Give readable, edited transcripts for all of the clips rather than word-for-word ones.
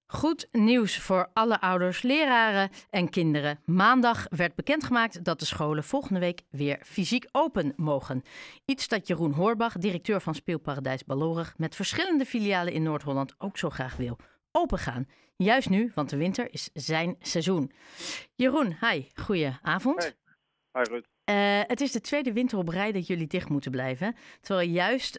Goed nieuws voor alle ouders, leraren en kinderen. Maandag werd bekendgemaakt dat de scholen volgende week weer fysiek open mogen. Iets dat Jeroen Hoorbach, directeur van Speelparadijs Ballorig, met verschillende filialen in Noord-Holland ook zo graag wil. Opengaan. Juist nu, want de winter is zijn seizoen. Jeroen, hi, goedenavond. Hey, hi Ruud. Het is de tweede winter op rij dat jullie dicht moeten blijven. Terwijl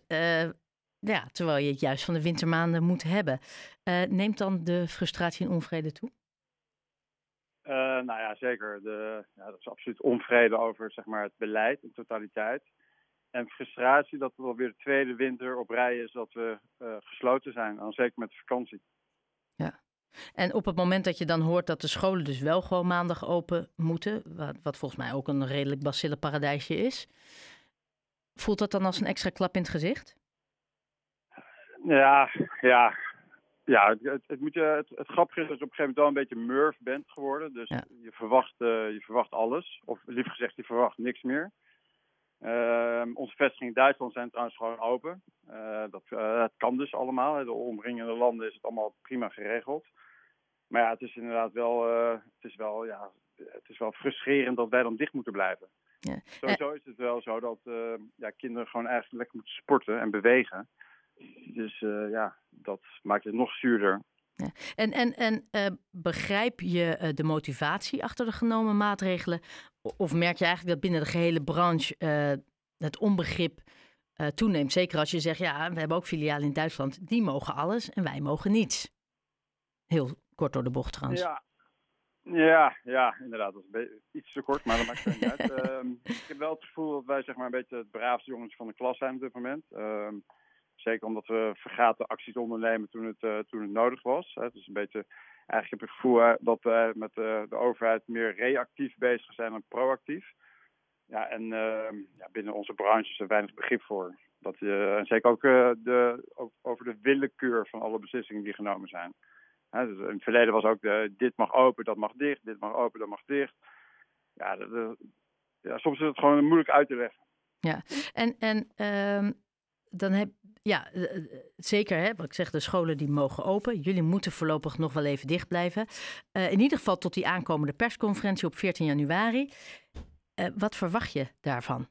je het juist van de wintermaanden moet hebben. Neemt dan de frustratie en onvrede toe? Nou ja, zeker. Dat is absoluut onvrede over zeg maar, het beleid in totaliteit. En frustratie dat het alweer de tweede winter op rij is dat we gesloten zijn. Dan zeker met de vakantie. Ja. En op het moment dat je dan hoort dat de scholen dus wel gewoon maandag open moeten, wat volgens mij ook een redelijk bacillenparadijsje is, voelt dat dan als een extra klap in het gezicht? Ja. Het grappige is dat je op een gegeven moment wel een beetje murf bent geworden. Dus Ja. je verwacht alles. Of liever gezegd, je verwacht niks meer. Onze vestigingen in Duitsland zijn trouwens gewoon open. Het kan dus allemaal. De omringende landen is het allemaal prima geregeld. Maar ja, het is inderdaad wel frustrerend dat wij dan dicht moeten blijven. Ja. Sowieso is het wel zo dat kinderen gewoon eigenlijk lekker moeten sporten en bewegen. Dus dat maakt het nog zuurder. Ja. En begrijp je de motivatie achter de genomen maatregelen? Of merk je eigenlijk dat binnen de gehele branche het onbegrip toeneemt? Zeker als je zegt, ja, we hebben ook filialen in Duitsland. Die mogen alles en wij mogen niets. Heel kort door de bocht trouwens. Ja, inderdaad. Dat is iets te kort, maar dat maakt het niet uit. Ik heb wel het gevoel dat wij zeg maar een beetje het braafste jongens van de klas zijn op dit moment. Zeker omdat we vergaten acties ondernemen toen het nodig was. Dus een beetje, eigenlijk heb ik het gevoel dat we met de overheid meer reactief bezig zijn dan proactief. Ja, en binnen onze branche is er weinig begrip voor. En zeker ook over de willekeur van alle beslissingen die genomen zijn. Dus in het verleden was ook dit mag open, dat mag dicht, dit mag open, dat mag dicht. Soms is het gewoon moeilijk uit te leggen. Ja, dan zeker, hè, wat ik zeg, de scholen die mogen open. Jullie moeten voorlopig nog wel even dicht blijven. In ieder geval tot die aankomende persconferentie op 14 januari. Wat verwacht je daarvan?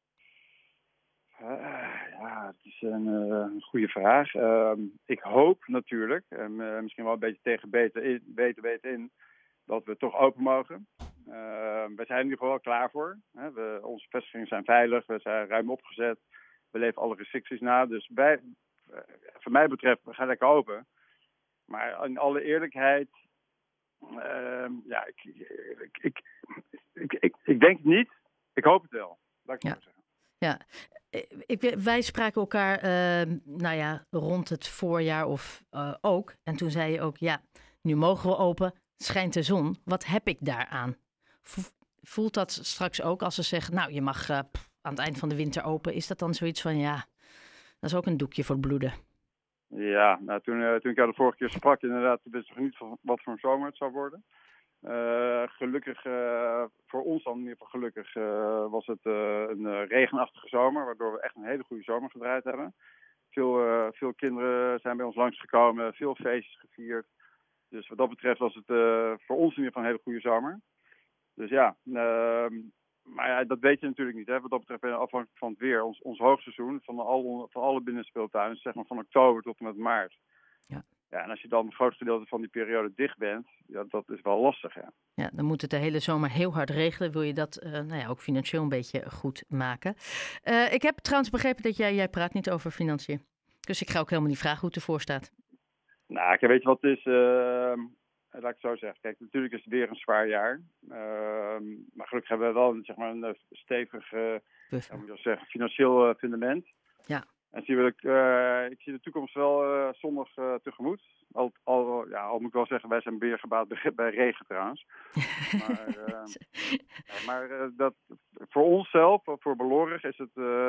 Het is een goede vraag. Ik hoop natuurlijk, misschien wel een beetje tegen beter in, dat we toch open mogen. We zijn in ieder geval wel klaar voor. Onze vestigingen zijn veilig, we zijn ruim opgezet. We leven alle restricties na. Dus voor mij betreft, we gaan lekker open. Maar in alle eerlijkheid, ik denk het niet. Ik hoop het wel. Laat ik het zo zeggen. Ja, wij spraken elkaar rond het voorjaar ook. En toen zei je ook, ja, nu mogen we open, schijnt de zon. Wat heb ik daaraan? Voelt dat straks ook als ze zeggen, nou, je mag aan het eind van de winter open. Is dat dan zoiets van, ja, dat is ook een doekje voor het bloeden? Ja, nou, toen ik jou de vorige keer sprak, inderdaad, wist ik nog niet van wat voor een zomer het zou worden. Gelukkig, voor ons dan in ieder geval gelukkig, was het een regenachtige zomer, waardoor we echt een hele goede zomer gedraaid hebben. Veel kinderen zijn bij ons langsgekomen, veel feestjes gevierd. Dus wat dat betreft was het voor ons in ieder geval een hele goede zomer. Dus ja, maar ja, dat weet je natuurlijk niet. Hè. Wat dat betreft ben je afhankelijk van het weer. Ons hoogseizoen van alle binnenspeeltuinen, zeg maar van oktober tot en met maart. Ja, en als je dan een groot gedeelte van die periode dicht bent, ja, dat is wel lastig. Ja. Ja, dan moet het de hele zomer heel hard regelen. Wil je dat ook financieel een beetje goed maken? Ik heb trouwens begrepen dat jij praat niet over financiën. Dus ik ga ook helemaal niet vragen hoe het ervoor staat. Nou, weet je wat het is? Laat ik het zo zeggen. Kijk, natuurlijk is het weer een zwaar jaar. Maar gelukkig hebben we wel zeg maar, een stevig financieel fundament. Ja. En ik zie de toekomst wel zonnig tegemoet. Al moet ik wel zeggen, wij zijn meer gebaat bij regen trouwens. Maar dat voor onszelf, voor Ballorig, is het...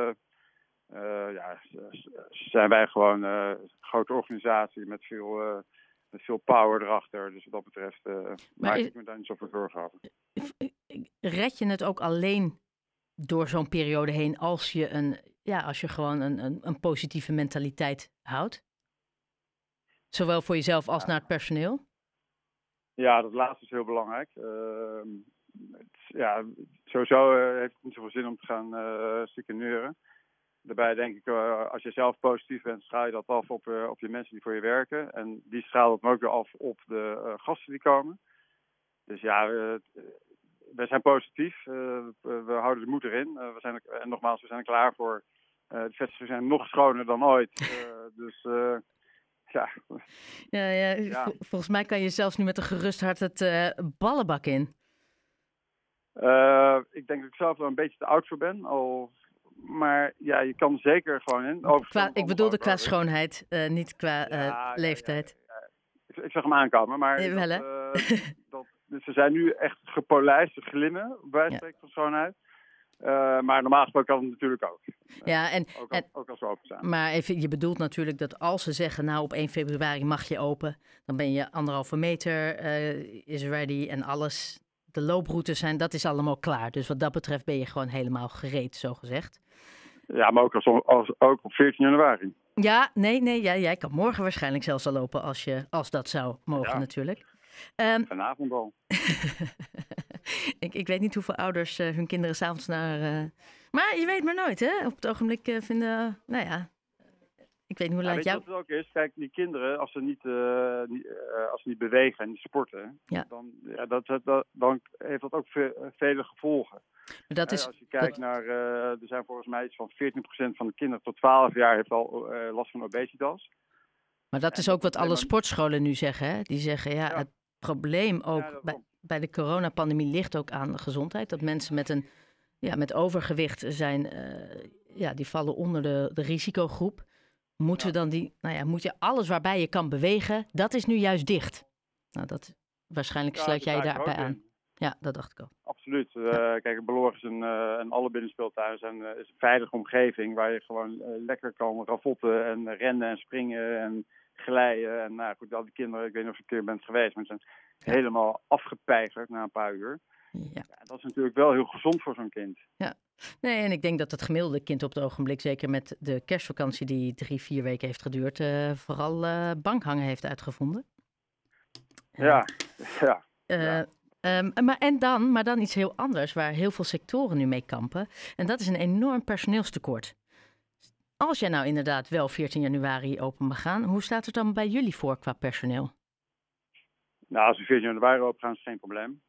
zijn wij gewoon een grote organisatie met veel power erachter. Dus wat dat betreft maak ik me daar niet zoveel zorgen over. Red je het ook alleen door zo'n periode heen als je gewoon een positieve mentaliteit houdt? Zowel voor jezelf als naar het personeel? Ja, dat laatste is heel belangrijk. Sowieso heeft het niet zoveel zin om te gaan chicaneuren. Daarbij denk ik, als je zelf positief bent, straal je dat af op je mensen die voor je werken. En die stralen het ook weer af op de gasten die komen. Dus ja, we zijn positief. We houden de moed erin. We zijn er klaar voor. De vestigingen zijn nog schoner dan ooit. Ja. Volgens mij kan je zelfs nu met een gerust hart het ballenbak in. Ik denk dat ik zelf wel een beetje te oud voor ben. Maar ja, je kan zeker gewoon in. Ik bedoelde qua schoonheid, niet qua leeftijd. Ik zag hem aankomen, maar dus ze zijn nu echt gepolijst, ze glimmen bij spreken van schoonheid. Maar normaal gesproken kan het natuurlijk ook. Ook als we open zijn. Maar even, je bedoelt natuurlijk dat als ze zeggen, nou op 1 februari mag je open, dan ben je 1,5 meter, is ready en alles. De looproutes dat is allemaal klaar. Dus wat dat betreft ben je gewoon helemaal gereed, zo gezegd. Ja, maar ook op 14 januari. Ja, jij kan morgen waarschijnlijk zelfs al lopen als dat zou mogen natuurlijk. Vanavond al. Ik weet niet hoeveel ouders hun kinderen 's avonds naar... Maar je weet maar nooit, hè? Op het ogenblik vinden... ik weet niet hoe laat jou... Weet je wat het ook is? Kijk, die kinderen, als ze niet bewegen en niet sporten... Dan heeft dat ook vele gevolgen. Maar als je kijkt naar... er zijn volgens mij iets van 14% van de kinderen tot 12 jaar... heeft al last van obesitas. Maar dat is ook wat alle sportscholen nu zeggen, hè? Die zeggen, het probleem ook bij de coronapandemie ligt ook aan de gezondheid. Dat mensen met overgewicht zijn, die vallen onder de risicogroep. Moeten we dan moet je alles waarbij je kan bewegen, dat is nu juist dicht. Nou, waarschijnlijk sluit jij daarbij aan. Ja, dat dacht ik al. Absoluut. Kijk, Beloor en alle binnenspeeltuinen is een veilige omgeving waar je gewoon lekker kan ravotten en rennen en springen en glijden. En al die kinderen, ik weet niet of je een keer bent geweest, maar ze zijn helemaal afgepeigerd na een paar uur. Ja, dat is natuurlijk wel heel gezond voor zo'n kind. Ja. Nee, en ik denk dat het gemiddelde kind op het ogenblik, zeker met de kerstvakantie die 3-4 weken heeft geduurd, vooral bankhangen heeft uitgevonden. Maar dan iets heel anders, waar heel veel sectoren nu mee kampen. En dat is een enorm personeelstekort. Als jij nou inderdaad wel 14 januari open mag gaan, hoe staat het dan bij jullie voor qua personeel? Nou, als we 14 januari open gaan, is het geen probleem.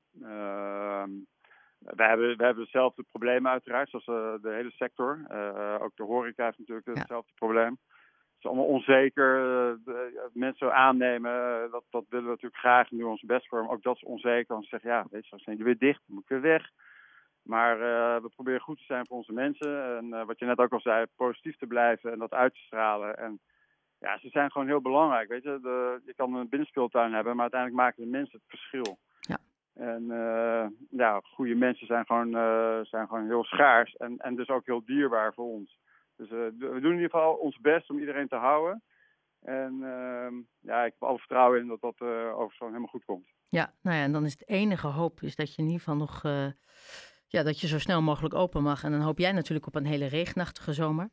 We hebben hetzelfde probleem uiteraard, zoals de hele sector. Ook de horeca heeft natuurlijk hetzelfde probleem. Het is allemaal onzeker. Mensen aannemen, dat willen we natuurlijk graag en doen we ons best voor. Maar ook dat is onzeker. Want ze zeggen, weet je, straks zijn jullie weer dicht, dan moet ik weer weg. Maar we proberen goed te zijn voor onze mensen. En wat je net ook al zei, positief te blijven en dat uit te stralen. En ja, ze zijn gewoon heel belangrijk. Weet je, je kan een binnenspeeltuin hebben, maar uiteindelijk maken de mensen het verschil. Ja. En goede mensen zijn gewoon heel schaars en dus ook heel dierbaar voor ons. Dus we doen in ieder geval ons best om iedereen te houden. En ik heb alle vertrouwen in dat overigens gewoon helemaal goed komt. Ja, en dan is het enige hoop is dat je in ieder geval nog... dat je zo snel mogelijk open mag. En dan hoop jij natuurlijk op een hele regenachtige zomer.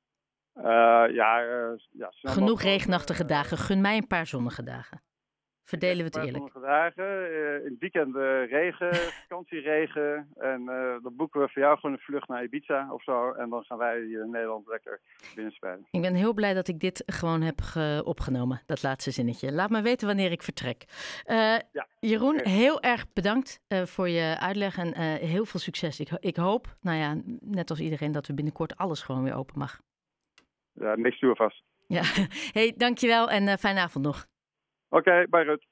Genoeg regenachtige dagen. Gun mij een paar zonnige dagen. Verdelen we het eerlijk. Zonnige dagen, in het weekend regen, vakantieregen. En dan boeken we voor jou gewoon een vlucht naar Ibiza of zo. En dan gaan wij hier in Nederland lekker binnenspelen. Ik ben heel blij dat ik dit gewoon heb opgenomen, dat laatste zinnetje. Laat me weten wanneer ik vertrek. Jeroen, heel erg bedankt voor je uitleg en heel veel succes. Ik hoop, net als iedereen, dat we binnenkort alles gewoon weer open mag. Ja, niks toe vast. Ja, dankjewel en fijne avond nog. Oké, bye Rut.